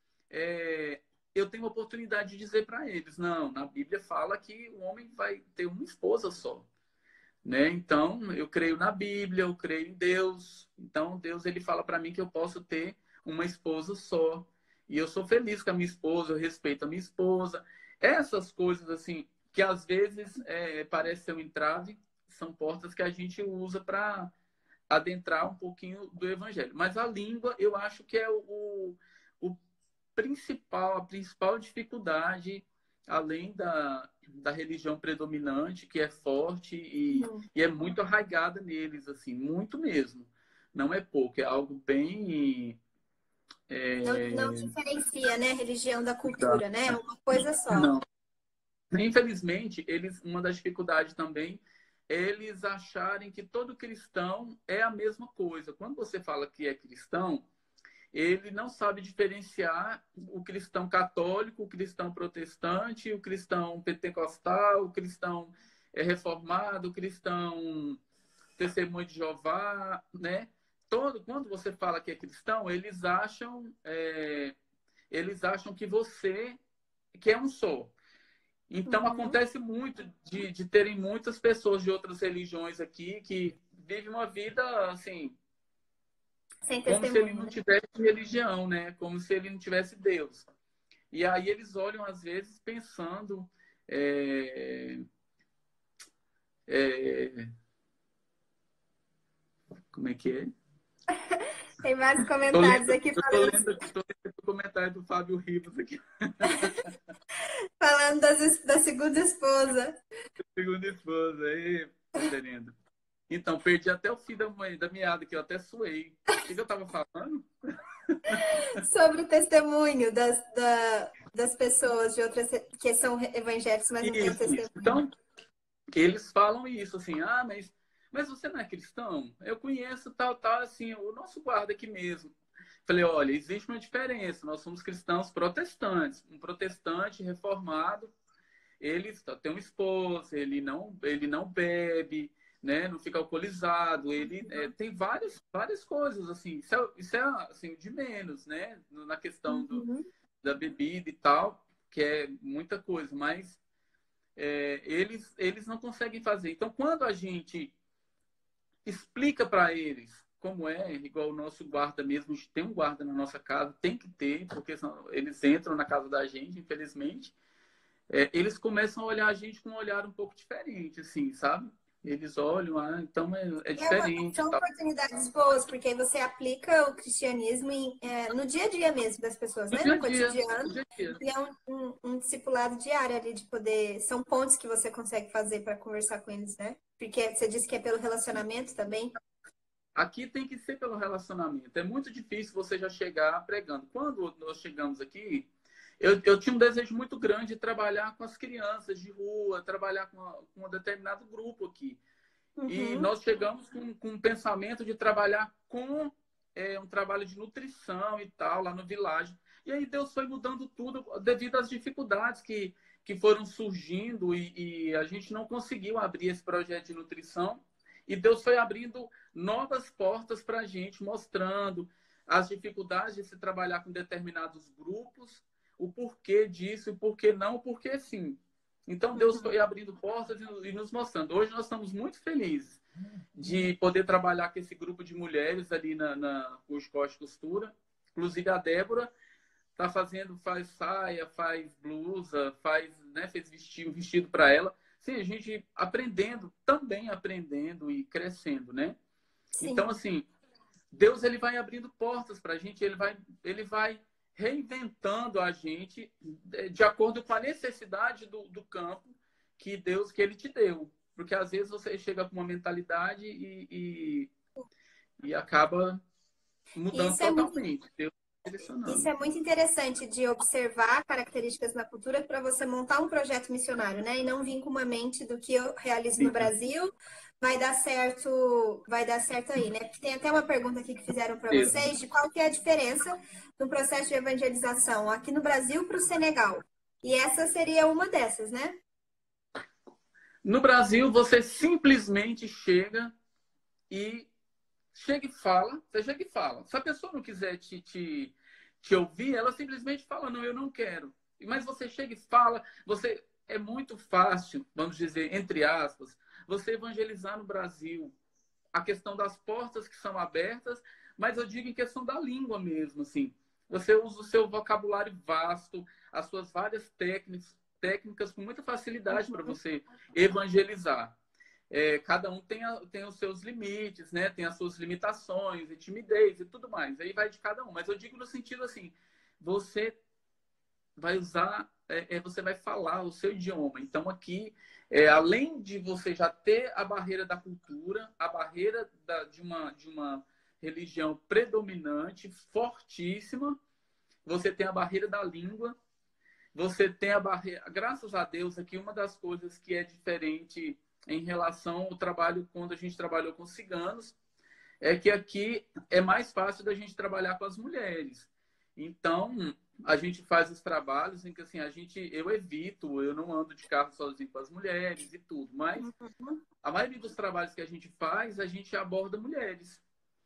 é, eu tenho a oportunidade de dizer para eles, não, na Bíblia fala que o homem vai ter uma esposa só. Né? Então, eu creio na Bíblia, eu creio em Deus. Então, Deus ele fala para mim que eu posso ter uma esposa só. E eu sou feliz com a minha esposa, eu respeito a minha esposa. Essas coisas, assim, que às vezes é, parece ser um entrave, são portas que a gente usa para adentrar um pouquinho do Evangelho. Mas a língua, eu acho que é o, o principal, a principal dificuldade, além da, da religião predominante, que é forte e, Uhum. e é muito arraigada neles, assim, muito mesmo. Não é pouco, é algo bem... Não, não É, diferencia, né, a religião da cultura, né? É uma coisa só. não. Infelizmente, eles, uma das dificuldades também, eles acharem que todo cristão é a mesma coisa. Quando você fala que é cristão, ele não sabe diferenciar o cristão católico, o cristão protestante, o cristão pentecostal, o cristão reformado, o cristão testemunho de Jeová, né? Todo, quando você fala que é cristão, eles acham, é, eles acham que você que é um só. Então, Uhum. acontece muito de, de terem muitas pessoas de outras religiões aqui que vivem uma vida, assim, Sem como se ele testemunho, não né? tivesse religião, né? Como se ele não tivesse Deus. E aí eles olham, às vezes, pensando... é, é, como é que é? Tem vários Tô comentários lendo, aqui eu tô falando, lendo, tô lendo o comentário do Fábio Ribas aqui. falando das, da segunda esposa. Segunda esposa. Aí, reverendo. Então, perdi até o fim da, da meada, que eu até suei. O que, que eu tava falando? Sobre o testemunho das, da, das pessoas de outras que são evangélicos, mas não têm um Isso, isso. testemunho. Então, eles falam isso, assim, ah, mas, mas você não é cristão? Eu conheço tal, tal, assim, o nosso guarda aqui mesmo. Falei, olha, existe uma diferença, nós somos cristãos protestantes. Um protestante reformado, ele tem uma esposa, ele não, ele não bebe, né, não fica alcoolizado, ele é, tem várias, várias coisas, assim, isso é, isso é assim, de menos, né, na questão do, Uhum. da bebida e tal, que é muita coisa, mas é, eles, eles não conseguem fazer. Então, quando a gente explica para eles como é, igual o nosso guarda mesmo, a gente tem um guarda na nossa casa, tem que ter, porque senão eles entram na casa da gente, infelizmente, é, eles começam a olhar a gente com um olhar um pouco diferente, assim, sabe? Eles olham, ah, então é, é É uma, diferente e são tal. oportunidades boas, porque aí você aplica o cristianismo em, é, no dia a dia mesmo das pessoas, No né? dia No a dia, no cotidiano. dia a dia. E é um, um, um discipulado diário ali de poder. São pontos que você consegue fazer para conversar com eles, né? Porque você disse que é pelo relacionamento também. Aqui tem que ser pelo relacionamento. É muito difícil você já chegar pregando. Quando nós chegamos aqui, eu, eu tinha um desejo muito grande de trabalhar com as crianças de rua, trabalhar com, uma, com um determinado grupo aqui. E Uhum. nós chegamos com, com um pensamento de trabalhar com é, um trabalho de nutrição e tal, lá no Village. E aí Deus foi mudando tudo devido às dificuldades que, que foram surgindo e, e a gente não conseguiu abrir esse projeto de nutrição. E Deus foi abrindo novas portas para a gente, mostrando as dificuldades de se trabalhar com determinados grupos, o porquê disso, o porquê não, o porquê sim. Então, Deus Uhum. foi abrindo portas e nos mostrando. Hoje nós estamos muito felizes de poder trabalhar com esse grupo de mulheres ali na, na com os corte e costura. Inclusive, a Débora está fazendo, faz saia, faz blusa, faz, né, fez vestido, vestido para ela. Sim, a gente aprendendo, também aprendendo e crescendo, né? Então, Sim. assim, Deus ele vai abrindo portas para a gente, ele vai, ele vai reinventando a gente de acordo com a necessidade do, do campo que Deus que ele te deu. Porque às vezes você chega com uma mentalidade e, e, e acaba E mudando isso é muito totalmente. Deus Isso direcionando. é muito interessante de observar características na cultura para você montar um projeto missionário, né? E não vir com uma mente do que eu realizo no Sim, Brasil, vai dar certo, vai dar certo aí, né? Porque tem até uma pergunta aqui que fizeram para mesmo. vocês de qual que é a diferença no processo de evangelização aqui no Brasil para o Senegal. E essa seria uma dessas, né? No Brasil, você simplesmente chega e chega e fala, você chega e fala. Se a pessoa não quiser te, te, te ouvir, ela simplesmente fala, não, eu não quero. Mas você chega e fala, você é muito fácil, vamos dizer, entre aspas, você evangelizar no Brasil. A questão das portas que são abertas, mas eu digo em questão da língua mesmo, assim. Você usa o seu vocabulário vasto, as suas várias técnicas, técnicas com muita facilidade para você evangelizar. É, cada um tem, a, tem os seus limites, né? Tem as suas limitações, e timidez e tudo mais. Aí vai de cada um. Mas eu digo no sentido assim, você vai usar, é, é, você vai falar o seu idioma. Então aqui, é, além de você já ter a barreira da cultura, a barreira da, de, uma, de uma religião predominante, fortíssima, você tem a barreira da língua, você tem a barreira. Graças a Deus, aqui uma das coisas que é diferente em relação ao trabalho quando a gente trabalhou com ciganos é que aqui é mais fácil da gente trabalhar com as mulheres. Então, a gente faz os trabalhos em que assim, a gente, eu evito, eu não ando de carro sozinho com as mulheres e tudo, mas a maioria dos trabalhos que a gente faz, a gente aborda mulheres,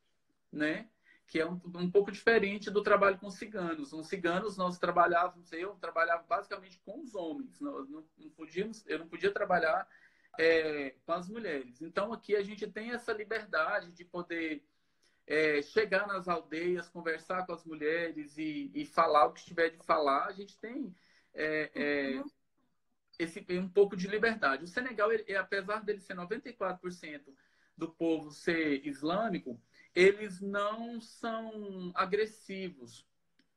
né? Que é um, um pouco diferente do trabalho com ciganos. Com ciganos, nós trabalhávamos, eu trabalhava basicamente com os homens. Nós não, não podíamos, eu não podia trabalhar é, com as mulheres. Então, aqui a gente tem essa liberdade de poder é, chegar nas aldeias, conversar com as mulheres e, e falar o que tiver de falar. A gente tem é, é, esse, um pouco de liberdade. O Senegal, ele, apesar dele ser noventa e quatro por cento do povo ser islâmico, eles não são agressivos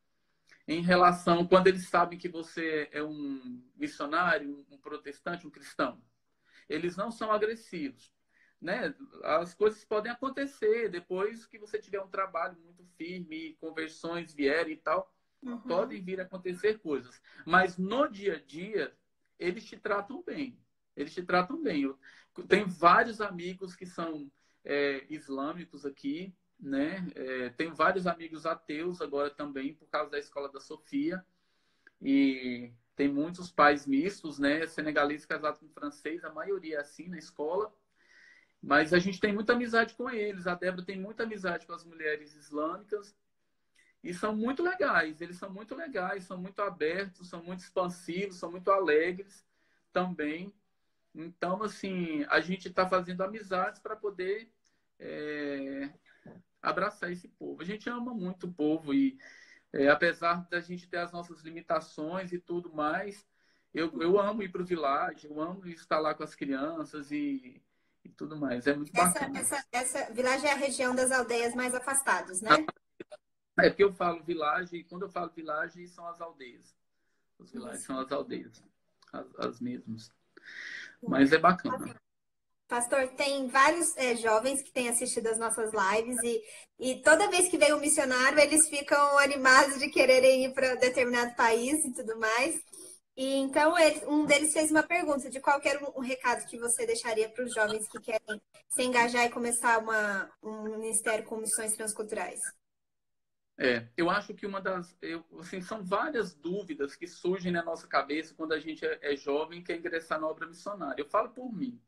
em relação quando eles sabem que você é um missionário, um protestante, um cristão. Eles não são agressivos, né? As coisas podem acontecer depois que você tiver um trabalho muito firme, conversões vierem e tal, Uhum. podem vir a acontecer coisas. Mas no dia a dia, eles te tratam bem. Eles te tratam bem. Eu tenho vários amigos que são é, islâmicos aqui, né? É, tenho vários amigos ateus agora também, por causa da Escola da Sofia. E tem muitos pais mistos, né? Senegaleses casados com francês, a maioria é assim na escola. Mas a gente tem muita amizade com eles. A Débora tem muita amizade com as mulheres islâmicas. E são muito legais. Eles são muito legais, são muito abertos, são muito expansivos, são muito alegres também. Então, assim, a gente está fazendo amizades para poder é, abraçar esse povo. A gente ama muito o povo e é, apesar da gente ter as nossas limitações e tudo mais, eu, eu amo ir para o village, eu amo estar lá com as crianças e, e tudo mais. É muito Essa, bacana. essa, essa village é a região das aldeias mais afastadas, né? É porque eu falo village e quando eu falo village são as aldeias. Os villages são as aldeias, as, as mesmas. Mas é bacana. Pastor, tem vários é, jovens que têm assistido as nossas lives e, e toda vez que vem um missionário, eles ficam animados de quererem ir para determinado país e tudo mais. E então, ele, um deles fez uma pergunta de qual era um, um recado que você deixaria para os jovens que querem se engajar e começar uma, um ministério com missões transculturais. É, eu acho que uma das. Eu, assim, são várias dúvidas que surgem na nossa cabeça quando a gente é, é jovem e quer ingressar na obra missionária. Eu falo por mim.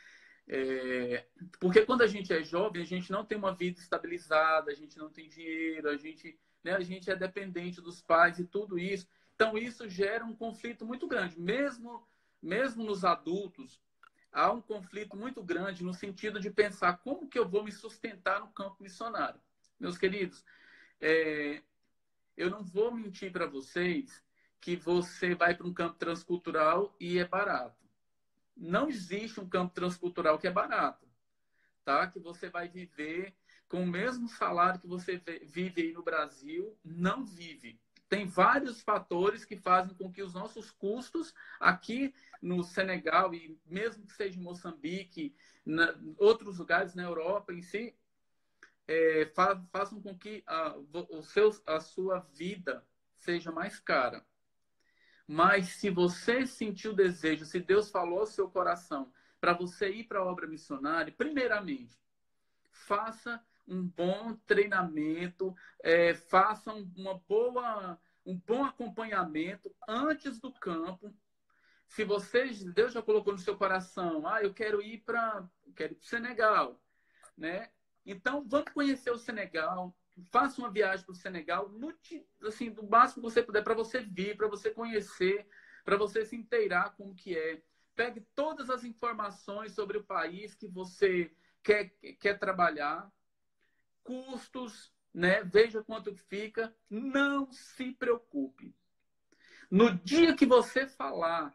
É, porque quando a gente é jovem, a gente não tem uma vida estabilizada, a gente não tem dinheiro, a gente, né, a gente é dependente dos pais e tudo isso. Então, isso gera um conflito muito grande. Mesmo, mesmo nos adultos, há um conflito muito grande no sentido de pensar como que eu vou me sustentar no campo missionário. Meus queridos, é, eu não vou mentir para vocês que você vai para um campo transcultural e é barato. Não existe um campo transcultural que é barato, tá? Que você vai viver com o mesmo salário que você vive aí no Brasil, não vive. Tem vários fatores que fazem com que os nossos custos aqui no Senegal e mesmo que seja em Moçambique, em outros lugares na Europa em si, é, fa façam com que a, o seu, a sua vida seja mais cara. Mas se você sentiu o desejo, se Deus falou ao seu coração para você ir para a obra missionária, primeiramente, faça um bom treinamento, é, faça uma boa, um bom acompanhamento antes do campo. Se você, Deus já colocou no seu coração, ah, eu quero ir para quero ir para o Senegal, né? Então, vamos conhecer o Senegal, faça uma viagem para o Senegal, no, assim, do máximo que você puder, para você vir, para você conhecer, para você se inteirar como que é. Pegue todas as informações sobre o país que você quer, quer trabalhar, custos, né? Veja quanto fica. Não se preocupe. No dia que você falar,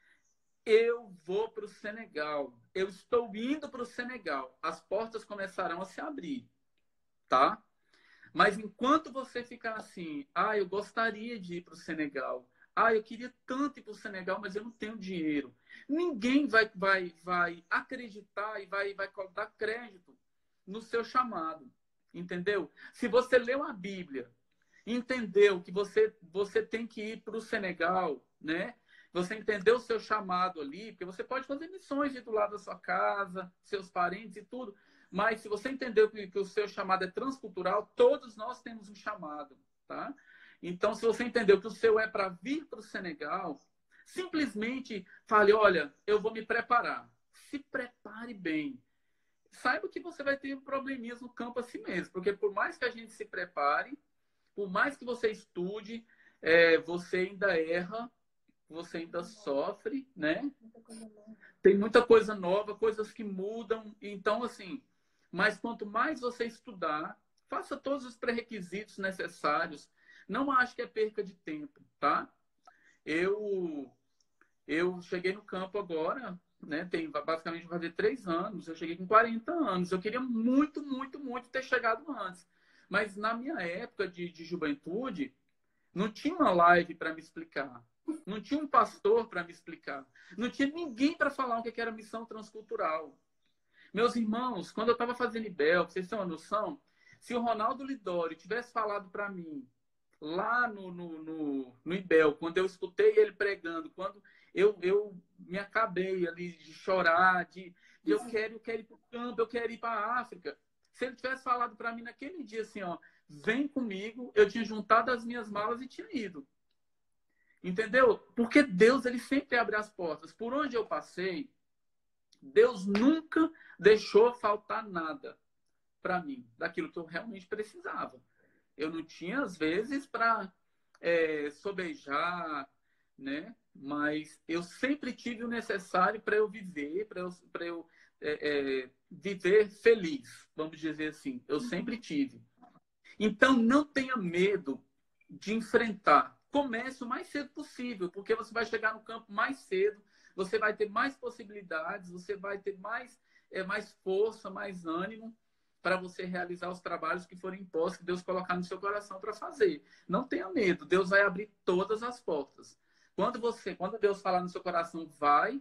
eu vou para o Senegal, eu estou indo para o Senegal, as portas começarão a se abrir, tá? Mas enquanto você ficar assim, ah, eu gostaria de ir para o Senegal, ah, eu queria tanto ir para o Senegal, mas eu não tenho dinheiro. Ninguém vai, vai, vai acreditar e vai, vai dar crédito no seu chamado, entendeu? Se você leu a Bíblia, entendeu que você, você tem que ir para o Senegal, né? Você entendeu o seu chamado ali, porque você pode fazer missões do lado da sua casa, seus parentes e tudo, mas se você entendeu que, que o seu chamado é transcultural, todos nós temos um chamado, tá? Então, se você entendeu que o seu é para vir para o Senegal, simplesmente fale, olha, eu vou me preparar. Se prepare bem. Saiba que você vai ter probleminhas no campo assim mesmo, porque por mais que a gente se prepare, por mais que você estude, é, você ainda erra, você ainda sofre, né? Tem muita coisa nova, coisas que mudam. Então, assim, mas quanto mais você estudar, faça todos os pré-requisitos necessários. Não acho que é perca de tempo, tá? Eu, eu cheguei no campo agora, né? Tem basicamente vai fazer três anos. Eu cheguei com quarenta anos. Eu queria muito, muito, muito ter chegado antes. Mas na minha época de, de juventude, não tinha uma live para me explicar. Não tinha um pastor para me explicar. Não tinha ninguém para falar o que era missão transcultural. Meus irmãos, quando eu estava fazendo I B E L, vocês têm uma noção? Se o Ronaldo Lidório tivesse falado para mim, lá no, no, no, no I B E L, quando eu escutei ele pregando, quando eu, eu me acabei ali de chorar, de, de eu, quero, eu quero ir para o campo, eu quero ir para a África. Se ele tivesse falado para mim naquele dia assim, ó, vem comigo, eu tinha juntado as minhas malas e tinha ido. Entendeu? Porque Deus, ele sempre abre as portas. Por onde eu passei, Deus nunca deixou faltar nada para mim, daquilo que eu realmente precisava. Eu não tinha, às vezes, para é, sobejar, né? Mas eu sempre tive o necessário para eu viver, para eu, para eu é, é, viver feliz, vamos dizer assim. Eu sempre tive. Então, não tenha medo de enfrentar. Comece o mais cedo possível, porque você vai chegar no campo mais cedo, você vai ter mais possibilidades, você vai ter mais, é, mais força, mais ânimo para você realizar os trabalhos que forem impostos, que Deus colocar no seu coração para fazer. Não tenha medo, Deus vai abrir todas as portas. Quando você, quando Deus falar no seu coração, vai,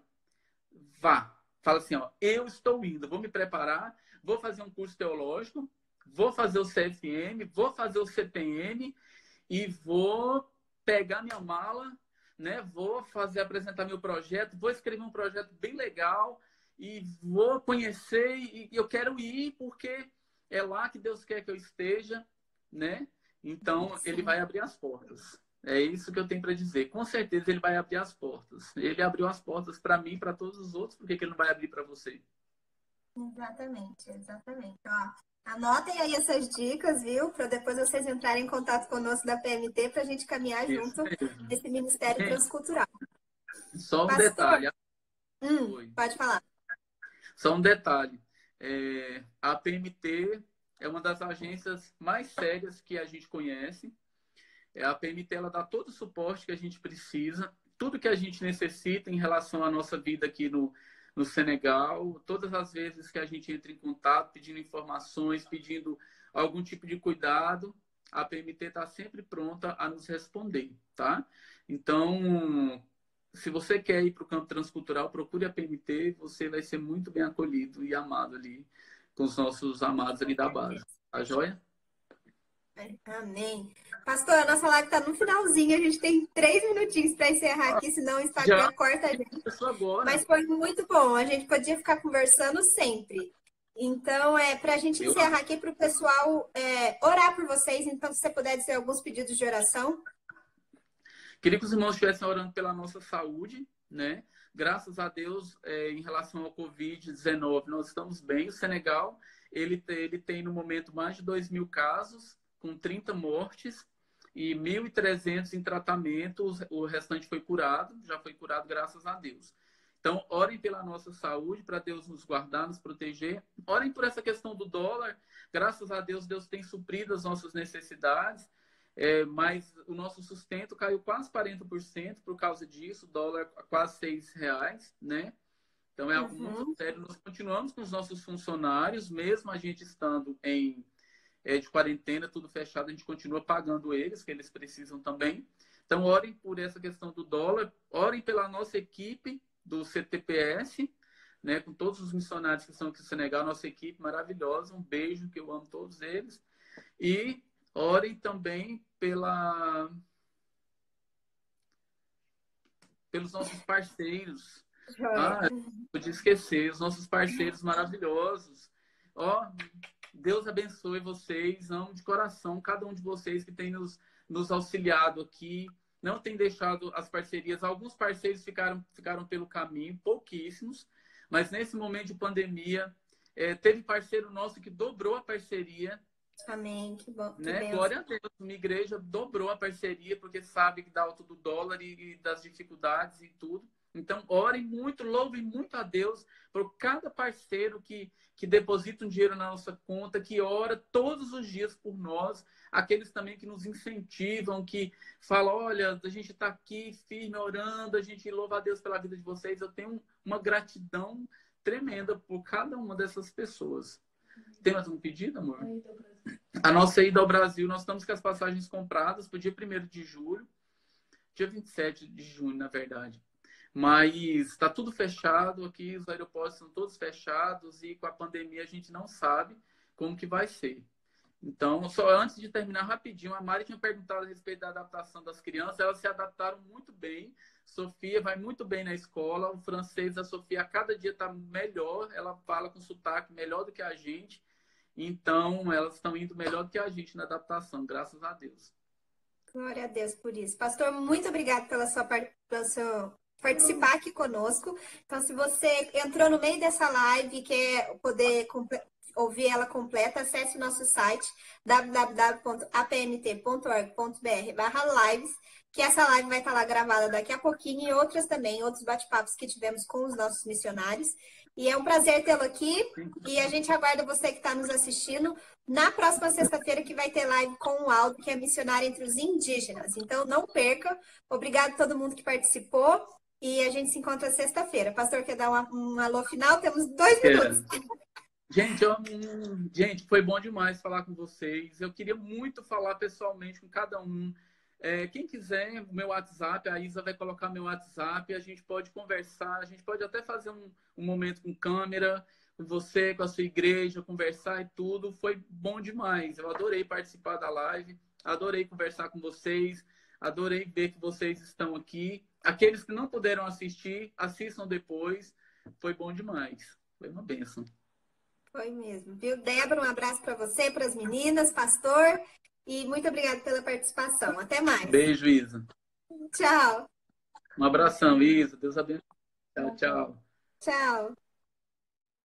vá. Fala assim, ó, eu estou indo, vou me preparar, vou fazer um curso teológico, vou fazer o C F M, vou fazer o C P M e vou pegar minha mala, né? Vou fazer, apresentar meu projeto, vou escrever um projeto bem legal e vou conhecer e eu quero ir porque é lá que Deus quer que eu esteja, né? Então, Sim. Ele vai abrir as portas. É isso que eu tenho para dizer. Com certeza ele vai abrir as portas. Ele abriu as portas para mim e para todos os outros, por que ele não vai abrir para você? Exatamente, exatamente. Ó, anotem aí essas dicas, viu? Para depois vocês entrarem em contato conosco da P M T para a gente caminhar Isso junto mesmo. nesse Ministério Gente, Transcultural. só um Pastor, detalhe. hum, pode falar. Só um detalhe. É, a P M T é uma das agências mais sérias que a gente conhece. É, a P M T ela dá todo o suporte que a gente precisa, tudo que a gente necessita em relação à nossa vida aqui no, no Senegal. Todas as vezes que a gente entra em contato, pedindo informações, pedindo algum tipo de cuidado, a P M T está sempre pronta a nos responder, tá? Então, se você quer ir para o campo transcultural, procure a P M T, você vai ser muito bem acolhido e amado ali com os nossos amados ali da base. Tá joia? Amém. Pastor, a nossa live está no finalzinho, a gente tem três minutinhos para encerrar aqui, senão o Instagram Já corta a gente. agora. Mas foi muito bom, a gente podia ficar conversando sempre. Então, é para a gente Eu... encerrar aqui, para o pessoal é, orar por vocês, então, se você puder dizer alguns pedidos de oração. Queria que os irmãos estivessem orando pela nossa saúde, né? Graças a Deus, é, em relação ao covid dezenove, nós estamos bem. O Senegal, ele tem, ele tem no momento mais de dois mil casos, com trinta mortes e mil e trezentos em tratamento. O restante foi curado, já foi curado, graças a Deus. Então, orem pela nossa saúde, para Deus nos guardar, nos proteger. Orem por essa questão do dólar. Graças a Deus, Deus tem suprido as nossas necessidades. É, mas o nosso sustento caiu quase quarenta por cento por causa disso, dólar quase seis reais, né? Então é algo uhum. muito sério. Nós continuamos com os nossos funcionários, mesmo a gente estando em é, de quarentena, tudo fechado, a gente continua pagando eles, que eles precisam também. Então orem por essa questão do dólar, orem pela nossa equipe do C T P S, né? Com todos os missionários que estão aqui no Senegal, nossa equipe maravilhosa, um beijo, que eu amo todos eles. E orem também pela... pelos nossos parceiros. Ah, podia esquecer, os nossos parceiros maravilhosos. Ó, oh, Deus abençoe vocês, amo de coração cada um de vocês que tem nos, nos auxiliado aqui, não tem deixado as parcerias. Alguns parceiros ficaram, ficaram pelo caminho, pouquíssimos, mas nesse momento de pandemia, é, teve parceiro nosso que dobrou a parceria. Amém, que bom. Que né? Glória a Deus, minha igreja dobrou a parceria porque sabe que dá alto do dólar e, e das dificuldades e tudo. Então, orem muito, louvem muito a Deus por cada parceiro que, que deposita um dinheiro na nossa conta, que ora todos os dias por nós, aqueles também que nos incentivam, que falam, olha, a gente está aqui firme orando, a gente louva a Deus pela vida de vocês. Eu tenho uma gratidão tremenda por cada uma dessas pessoas. Tem mais um pedido, amor? A nossa ida ao Brasil, nós estamos com as passagens compradas para o dia primeiro de julho, dia vinte e sete de junho, na verdade. Mas está tudo fechado aqui, os aeroportos são todos fechados e com a pandemia a gente não sabe como que vai ser. Então, só antes de terminar rapidinho, a Mari tinha perguntado a respeito da adaptação das crianças, elas se adaptaram muito bem. Sofia vai muito bem na escola, o francês da Sofia a cada dia está melhor, ela fala com sotaque melhor do que a gente. Então, elas estão indo melhor do que a gente na adaptação, graças a Deus. Glória a Deus por isso. Pastor, muito obrigado pela sua participação. participar aqui conosco. Então, se você entrou no meio dessa live e quer poder ouvir ela completa, acesse o nosso site w w w ponto a p m t ponto org ponto b r barra lives, que essa live vai estar lá gravada daqui a pouquinho, e outras também, outros bate-papos que tivemos com os nossos missionários. E é um prazer tê-lo aqui, e a gente aguarda você que está nos assistindo na próxima sexta-feira, que vai ter live com o Aldo, que é missionário entre os indígenas. Então, não perca. Obrigado a todo mundo que participou. E a gente se encontra sexta-feira. Pastor, quer dar um, um alô final? Temos dois minutos. É. Gente, eu, gente, foi bom demais falar com vocês. Eu queria muito falar pessoalmente com cada um. É, quem quiser, o meu WhatsApp, a Isa vai colocar meu WhatsApp, a gente pode conversar, a gente pode até fazer um, um momento com câmera, com você, com a sua igreja, conversar e tudo. Foi bom demais. Eu adorei participar da live, adorei conversar com vocês, adorei ver que vocês estão aqui. Aqueles que não puderam assistir, assistam depois. Foi bom demais. Foi uma bênção. Foi mesmo, viu? Débora, um abraço para você, para as meninas, pastor. E muito obrigada pela participação. Até mais. Beijo, Isa. Tchau. Um abração, Isa. Deus abençoe. Tchau, tchau. Tchau.